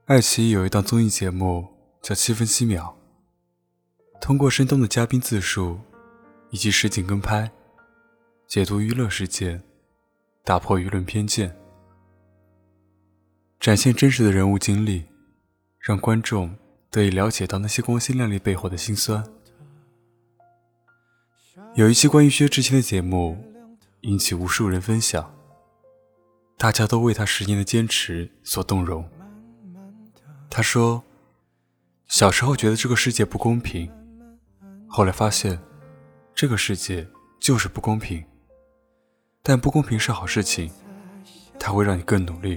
爱奇艺有一档综艺节目叫7分7秒，通过生动的嘉宾自述以及实景跟拍，解读娱乐事件，打破舆论偏见，展现真实的人物经历，让观众得以了解到那些光鲜亮丽背后的辛酸。有一期关于薛之谦的节目引起无数人分享，大家都为他10年的坚持所动容。他说，小时候觉得这个世界不公平，后来发现这个世界就是不公平，但不公平是好事情，它会让你更努力。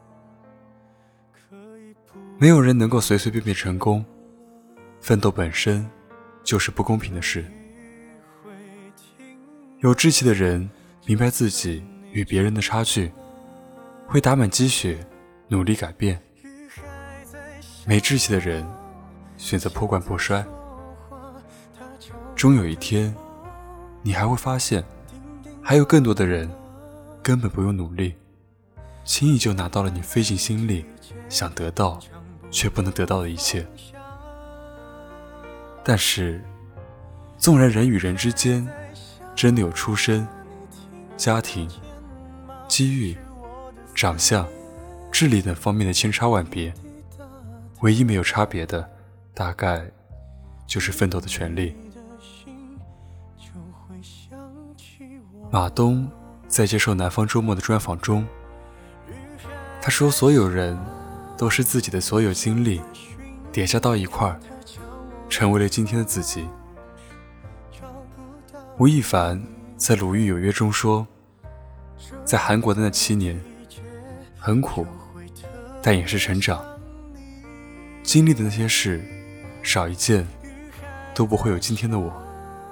没有人能够随随便便成功，奋斗本身就是不公平的事。有志气的人明白自己与别人的差距，会打满鸡血努力改变。没志气的人选择破罐破摔，终有一天你还会发现，还有更多的人根本不用努力，轻易就拿到了你费尽心力想得到却不能得到的一切。但是纵然人与人之间真的有出身、家庭、机遇、长相、智力等方面的千差万别，唯一没有差别的大概就是奋斗的权利。马东在接受南方周末的专访中，他说，所有人都是自己的所有经历叠加到一块儿，成为了今天的自己。吴亦凡在《鲁豫有约》中说，在韩国的那7年很苦，但也是成长，经历的那些事少一件都不会有今天的我。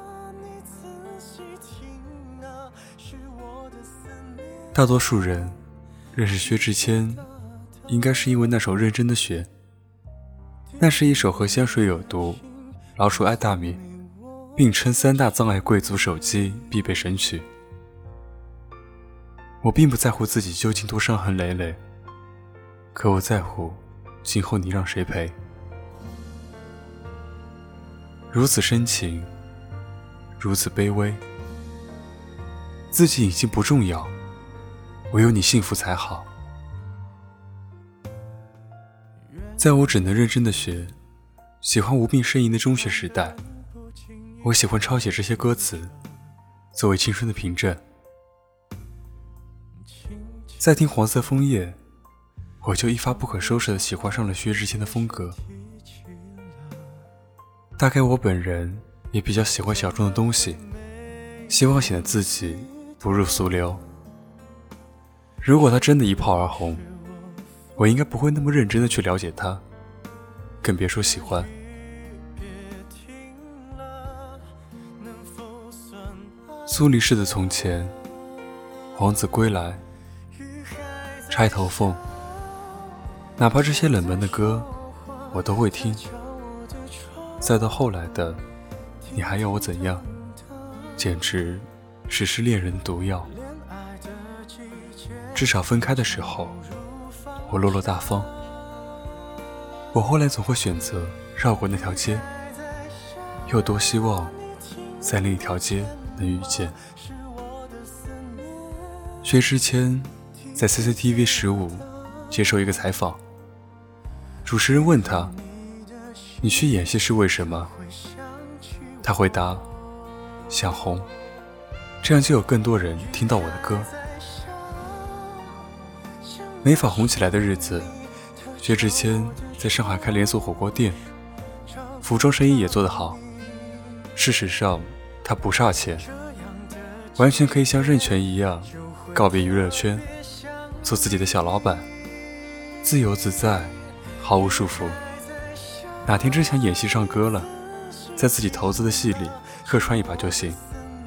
大多数人认识薛之谦应该是因为那首《认真的雪》，那是一首和香水有毒、老鼠爱大米并称3大障碍贵族手机必备神曲。我并不在乎自己究竟多伤痕累累，可我在乎今后你让谁陪。如此深情，如此卑微，自己已经不重要，唯有你幸福才好。在我只能认真的学，喜欢无病呻吟的中学时代，我喜欢抄写这些歌词，作为青春的凭证。在听黄色枫叶，我就一发不可收拾地喜欢上了薛之谦的风格。大概我本人也比较喜欢小众的东西，希望显得自己不入俗流。如果他真的一炮而红，我应该不会那么认真地去了解他，更别说喜欢。苏黎世的从前，王子归来，钗头凤，哪怕这些冷门的歌我都会听。再到后来的你还要我怎样，简直是恋人的毒药。至少分开的时候我落落大方。我后来总会选择绕过那条街，又多希望在另一条街能遇见。薛之谦在 CCTV 15接受一个采访，主持人问他，你去演戏是为什么？他回答，想红，这样就有更多人听到我的歌。没法红起来的日子，薛之谦在上海开连锁火锅店，服装生意也做得好。事实上他不差钱，完全可以像任泉一样告别娱乐圈，做自己的小老板，自由自在，毫无束缚。哪天真想演戏唱歌了，在自己投资的戏里客串一把就行。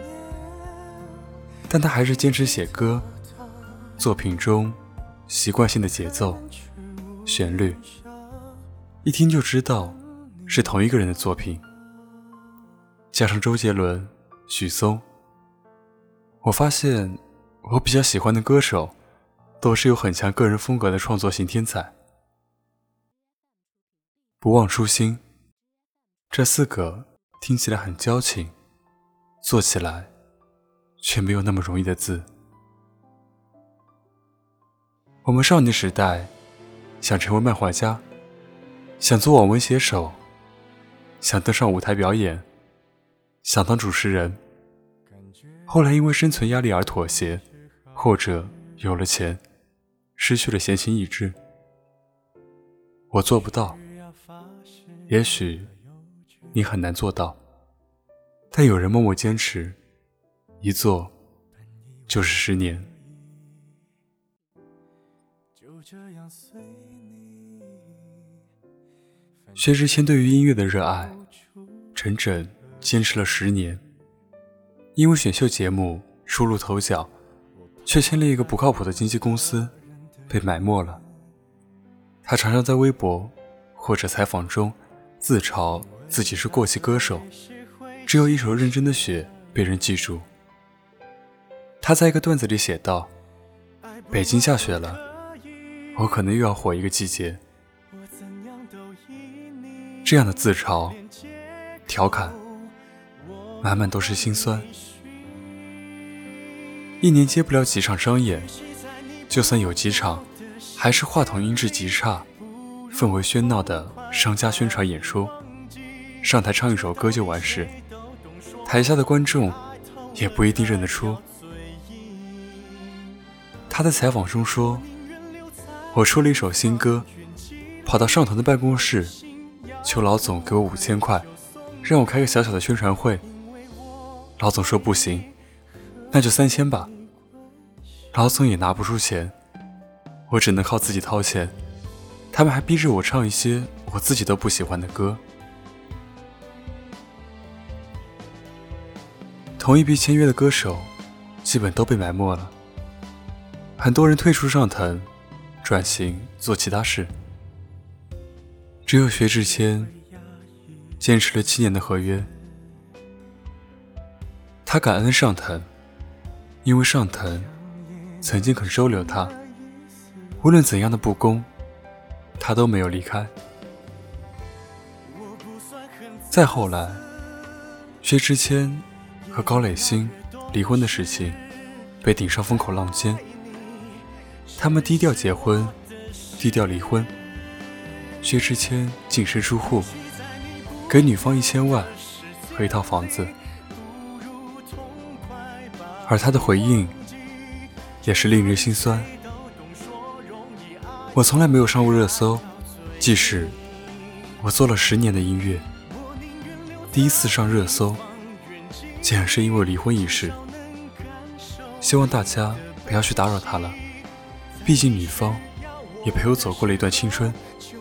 但他还是坚持写歌，作品中习惯性的节奏、旋律，一听就知道是同一个人的作品。加上周杰伦、许嵩，我发现我比较喜欢的歌手都是有很强个人风格的创作型天才。 不忘初心，这4个听起来很矫情，做起来却没有那么容易的字。我们少年时代想成为漫画家，想做网文写手，想登上舞台表演，想当主持人，后来因为生存压力而妥协，或者有了钱，失去了闲情逸致。我做不到，也许你很难做到，但有人默默坚持，一做就是10年。薛之谦对于音乐的热爱，整整坚持了10年。因为选秀节目初露头角，却签了一个不靠谱的经纪公司，被埋没了。他常常在微博或者采访中自嘲自己是过气歌手，只有一首认真的雪被人记住。他在一个段子里写道，北京下雪了，我可能又要火一个季节。这样的自嘲调侃满满都是心酸。一年接不了几场商演，就算有几场，还是话筒音质极差，氛围喧闹的商家宣传演出，上台唱一首歌就完事，台下的观众也不一定认得出。他在采访中说，我出了一首新歌，跑到上头的办公室，求老总给我5000块，让我开个小小的宣传会。老总说不行，那就3000吧。老总也拿不出钱，我只能靠自己掏钱。他们还逼着我唱一些我自己都不喜欢的歌。同一批签约的歌手基本都被埋没了，很多人退出上腾，转型做其他事。只有薛之谦坚持了7年的合约。他感恩上腾，因为上腾曾经肯收留他，无论怎样的不公，他都没有离开。再后来，薛之谦和高磊鑫离婚的事情被顶上风口浪尖，他们低调结婚，低调离婚。薛之谦净身出户，给女方1000万和一套房子，而他的回应也是令人心酸。我从来没有上过热搜，即使我做了10年的音乐，第一次上热搜竟然是因为离婚一事。希望大家不要去打扰他了，毕竟女方也陪我走过了一段青春。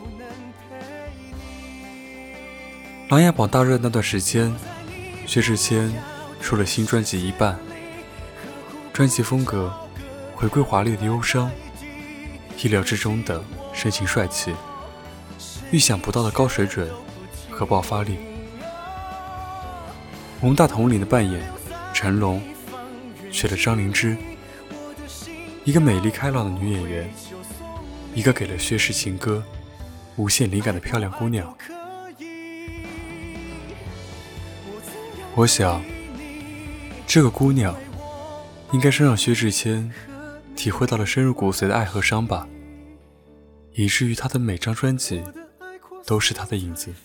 琅琊榜大热那段时间，薛之谦出了新专辑《一半》，专辑风格回归华丽的忧伤，意料之中的深情帅气，预想不到的高水准和爆发力。蒙大统领的扮演成龙娶了张灵芝，一个美丽开朗的女演员，一个给了薛氏情歌无限灵感的漂亮姑娘。我想这个姑娘应该是让薛之谦体会到了深入骨髓的爱和伤吧，以至于他的每张专辑都是他的影子。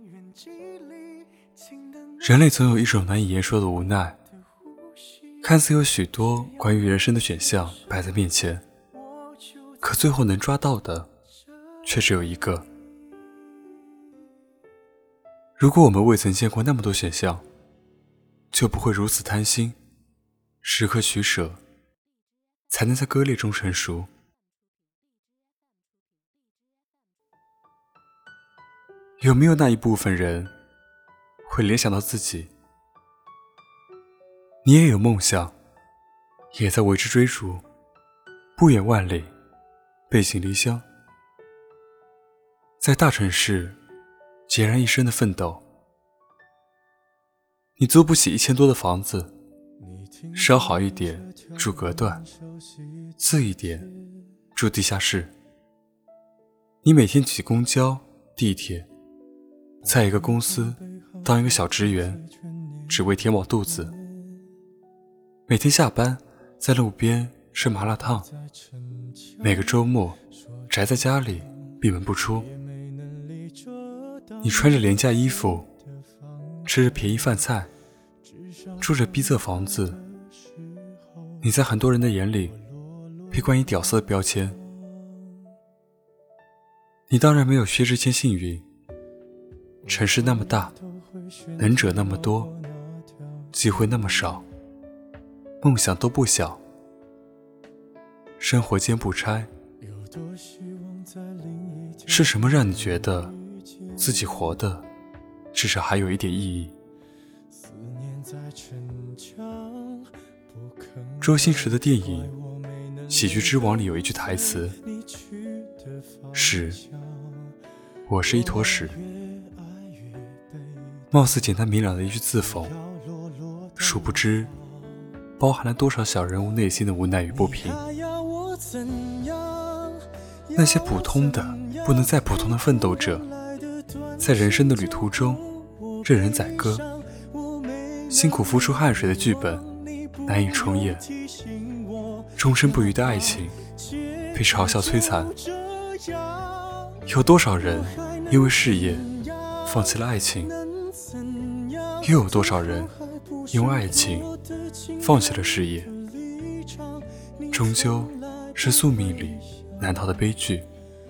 人类总有一种难以言说的无奈，看似有许多关于人生的选项摆在面前，可最后能抓到的却只有一个。如果我们未曾见过那么多选项，就不会如此贪心，时刻取舍，才能在割裂中成熟。有没有那一部分人会联想到自己？你也有梦想，也在为之追逐，不远万里，背井离乡，在大城市孑然一身的奋斗。你租不起1000多的房子，稍好一点住隔断，次一点住地下室。你每天挤公交、地铁， 在一个公司当一个小职员，只为填饱肚子，每天下班在路边吃麻辣烫，每个周末宅在家里闭门不出。你穿着廉价衣服，吃着便宜饭菜，住着逼仄房子，你在很多人的眼里被冠以屌丝的标签。你当然没有薛之谦幸运，城市那么大，能者那么多，机会那么少，梦想都不小，生活兼不拆。是什么让你觉得自己活的至少还有一点意义？周星驰的电影《喜剧之王》里有一句台词，是我是一坨屎。貌似简单明了的一句自讽，殊不知包含了多少小人物内心的无奈与不平。那些普通的不能再普通的奋斗者，在人生的旅途中任人宰割，辛苦付出汗水的剧本难以重演，终身不渝的爱情被嘲笑摧残。有多少人因为事业放弃了爱情，又有多少人因为爱情放弃了事业，终究是宿命里难逃的悲剧。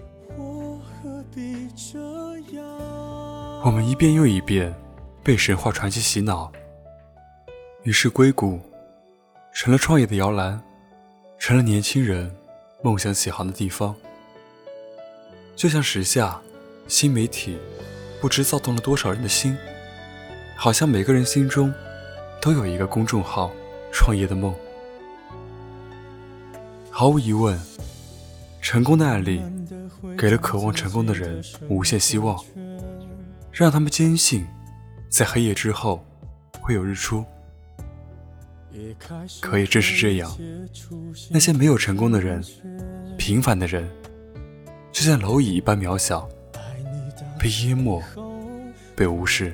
我们一遍又一遍被神话传奇洗脑，于是硅谷成了创业的摇篮，成了年轻人梦想起航的地方。就像时下新媒体不知躁动了多少人的心，好像每个人心中都有一个公众号创业的梦。毫无疑问，成功的案例给了渴望成功的人无限希望，让他们坚信在黑夜之后会有日出。可也正是这样，那些没有成功的人，平凡的人，就像蝼蚁一般渺小，被淹没，被无视。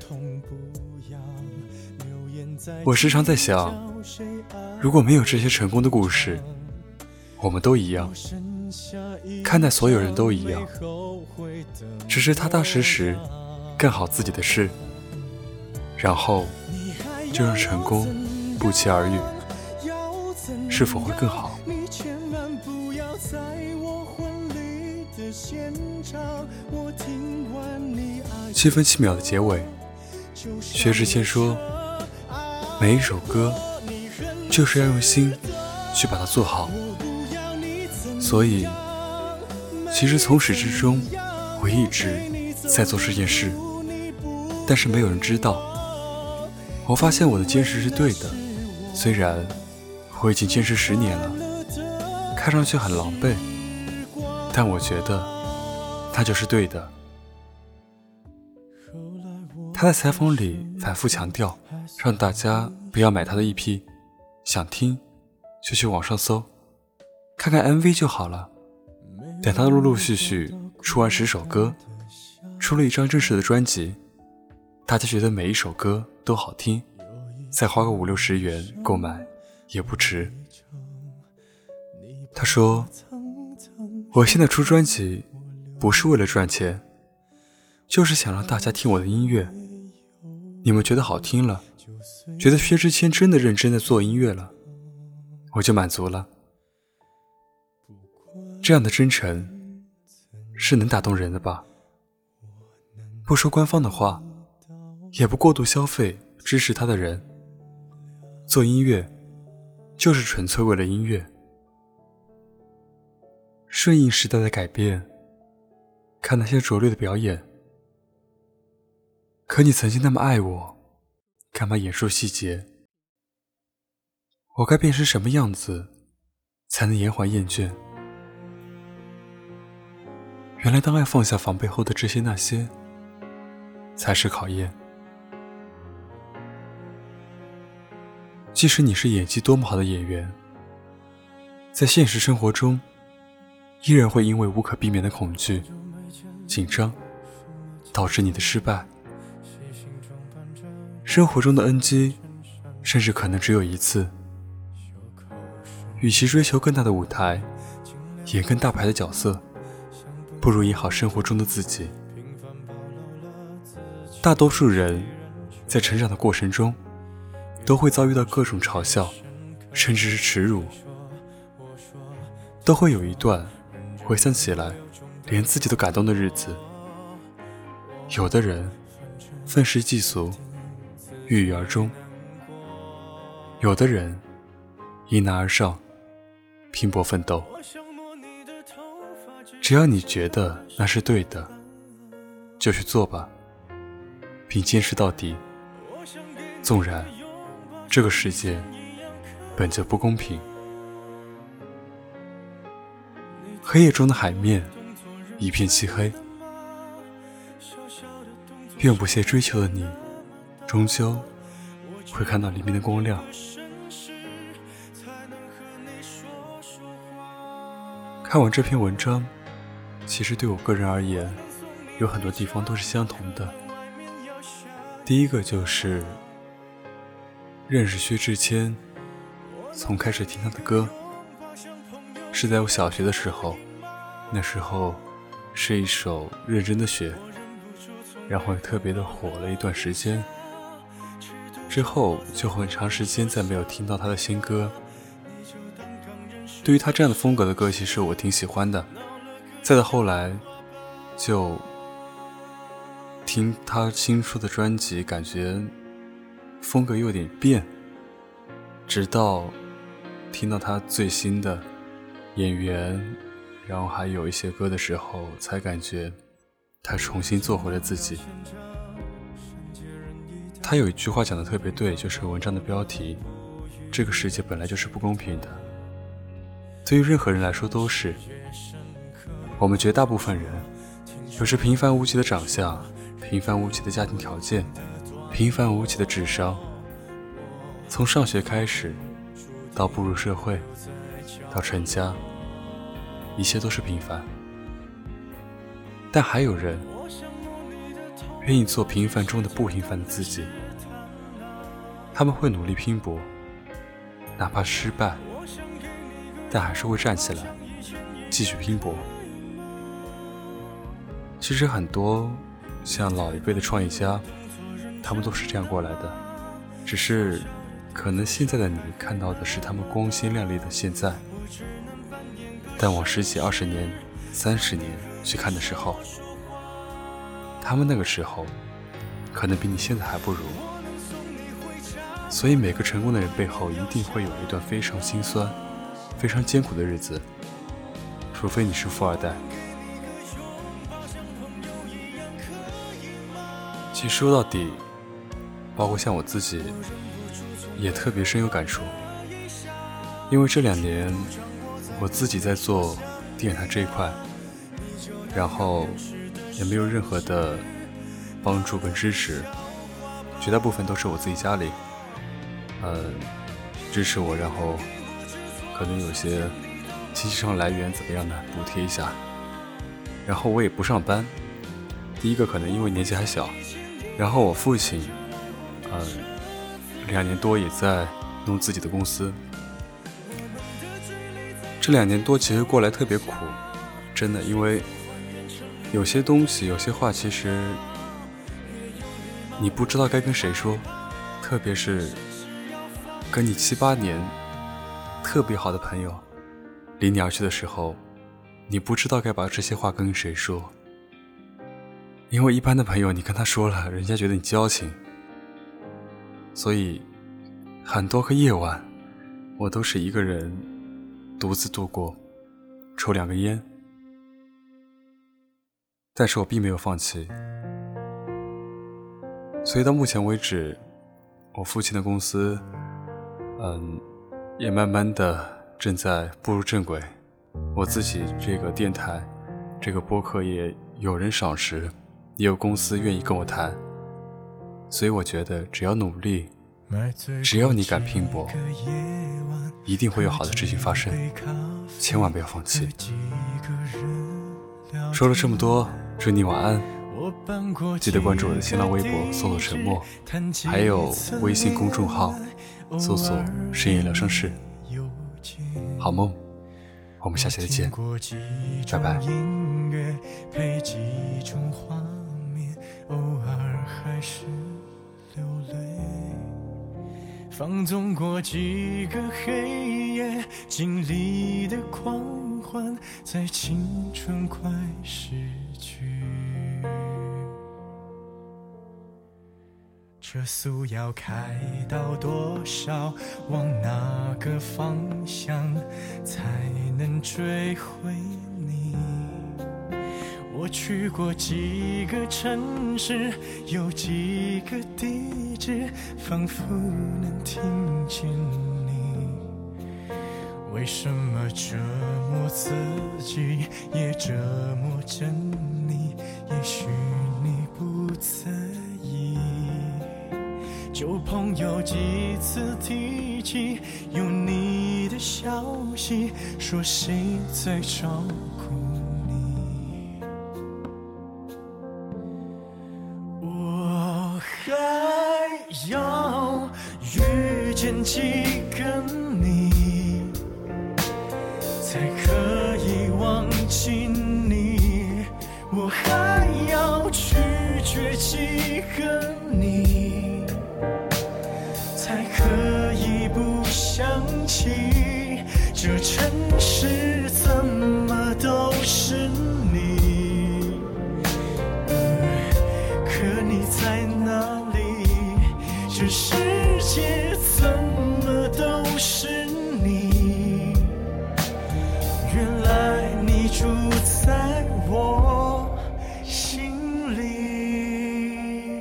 我时常在想，如果没有这些成功的故事，我们都一样，看待所有人都一样，只是踏踏实实干好自己的事，然后就让成功不期而遇，是否会更好？7分7秒的结尾，薛之谦说，每一首歌就是要用心去把它做好。所以其实从始至终我一直在做这件事，但是没有人知道。我发现我的坚持是对的，虽然我已经坚持10年了，看上去很狼狈，但我觉得那就是对的。他在采访里反复强调，让大家不要买他的EP，想听就去网上搜，看看 MV 就好了。等他陆陆续续出完10首歌，出了一张正式的专辑，大家觉得每一首歌都好听，再花个50-60元购买也不迟。他说，我现在出专辑不是为了赚钱，就是想让大家听我的音乐，你们觉得好听了，觉得薛之谦真的认真地做音乐了，我就满足了。这样的真诚是能打动人的吧？不说官方的话，也不过度消费支持他的人，做音乐就是纯粹为了音乐。顺应时代的改变，看那些拙劣的表演，可你曾经那么爱我，干嘛演述细节？我该变成什么样子才能延缓厌倦？原来当爱放下防备后的这些那些才是考验。即使你是演技多么好的演员，在现实生活中依然会因为无可避免的恐惧、紧张导致你的失败。 生活中的 NG 甚至可能只有一次。与其追求更大的舞台，演更大牌的角色，不如演好生活中的自己。大多数人在成长的过程中都会遭遇到各种嘲笑，甚至是耻辱，都会有一段回想起来连自己都感动的日子。有的人愤世嫉俗，郁郁而终，有的人迎难而上，拼搏奋斗。只要你觉得那是对的，就去做吧，并坚持到底。纵然这个世界本就不公平。黑夜中的海面一片漆黑，愿不懈追求的你终究会看到里面的光亮。看完这篇文章，其实对我个人而言有很多地方都是相同的。第一个就是认识薛之谦，从开始听他的歌是在我小学的时候，那时候是一首认真的雪，然后特别的火了一段时间，之后就很长时间再没有听到他的新歌。对于他这样的风格的歌，其实我挺喜欢的。再到后来就听他新出的专辑，感觉风格有点变，直到听到他最新的演员，然后还有一些歌的时候，才感觉他重新做回了自己。他有一句话讲得特别对，就是文章的标题，这个世界本来就是不公平的，对于任何人来说都是。我们绝大部分人有着平凡无奇的长相，平凡无奇的家庭条件，平凡无奇的智商，从上学开始到步入社会到成家，一切都是平凡。但还有人愿意做平凡中的不平凡的自己，他们会努力拼搏，哪怕失败，但还是会站起来继续拼搏。其实很多像老一辈的创业家，他们都是这样过来的，只是可能现在的你看到的是他们光鲜亮丽的现在，但往10几20年30年去看的时候，他们那个时候可能比你现在还不如。所以每个成功的人背后一定会有一段非常心酸非常艰苦的日子，除非你是富二代。其实说到底，包括像我自己也特别深有感触，因为这2年我自己在做电台这一块，然后也没有任何的帮助跟支持，绝大部分都是我自己家里支持我，然后可能有些经济上来源怎么样的补贴一下，然后我也不上班。第一个可能因为年纪还小，然后我父亲2年多也在弄自己的公司，这2年多其实过来特别苦，真的，因为有些东西有些话其实你不知道该跟谁说，特别是跟你7、8年特别好的朋友离你而去的时候，你不知道该把这些话跟谁说。因为一般的朋友你跟他说了，人家觉得你矫情，所以很多个夜晚我都是一个人独自度过，抽2个烟，但是我并没有放弃。所以到目前为止，我父亲的公司也慢慢的正在步入正轨，我自己这个电台这个播客也有人赏识，也有公司愿意跟我谈，所以我觉得只要努力，只要你敢拼搏，一定会有好的事情发生，千万不要放弃。说了这么多，祝你晚安， 记得关注我的新浪微博搜索沉默，还有微信公众号搜索深夜疗伤室。好梦，我们下期再见，拜拜。 配几种画面，偶尔还是流泪，放纵过几个黑夜，经历的狂欢，在青春快逝去。这速要开到多少，往哪个方向才能追回你？我去过几个城市，有几个地址，仿佛能听见你。为什么折磨自己，也折磨着你？也许你不在意。旧朋友几次提起有你的消息，说谁在照顾你？我还要遇见几个你，才可以忘记你？我还要拒绝几个你，才可以不想起这城市怎么都是你。可你在哪里？这世界怎么都是你？原来你住在我心里。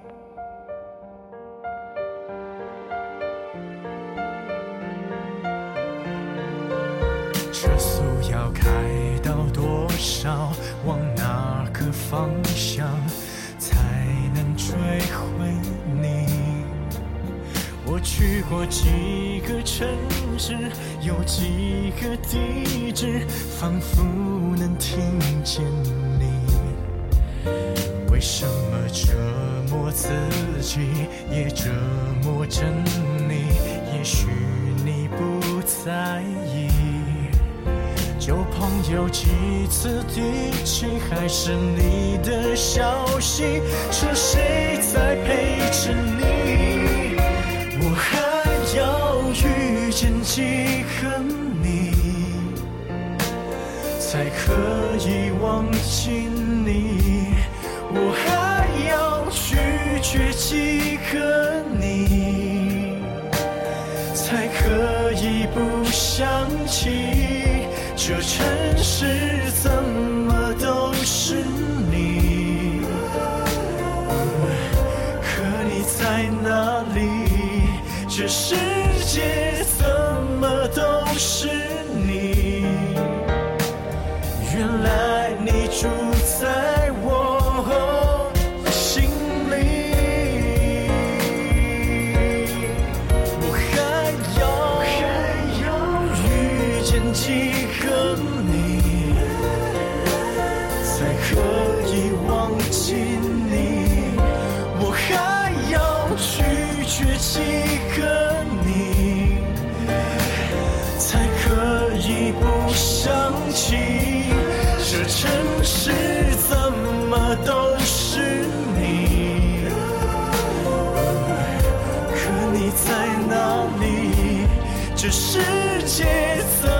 这速要开到多少？往哪个方向才能追回你？我去过几个城市，有几个地址，仿佛能听见你。为什么折磨自己，也折磨着你？也许你不在意。旧朋友几次提起，还是你的消息，说谁在陪着你？我还要遇见几个你，才可以忘记你？我还要拒绝几个你，才可以不想起这城市怎么都是你？可你在哪里？这世界怎么都是你？原来你住在我心里。我还要遇见几个你，才可以忘记你？我还要拒绝几个你，才可以不想起这城市怎么都是你？可你在哪里？这世界怎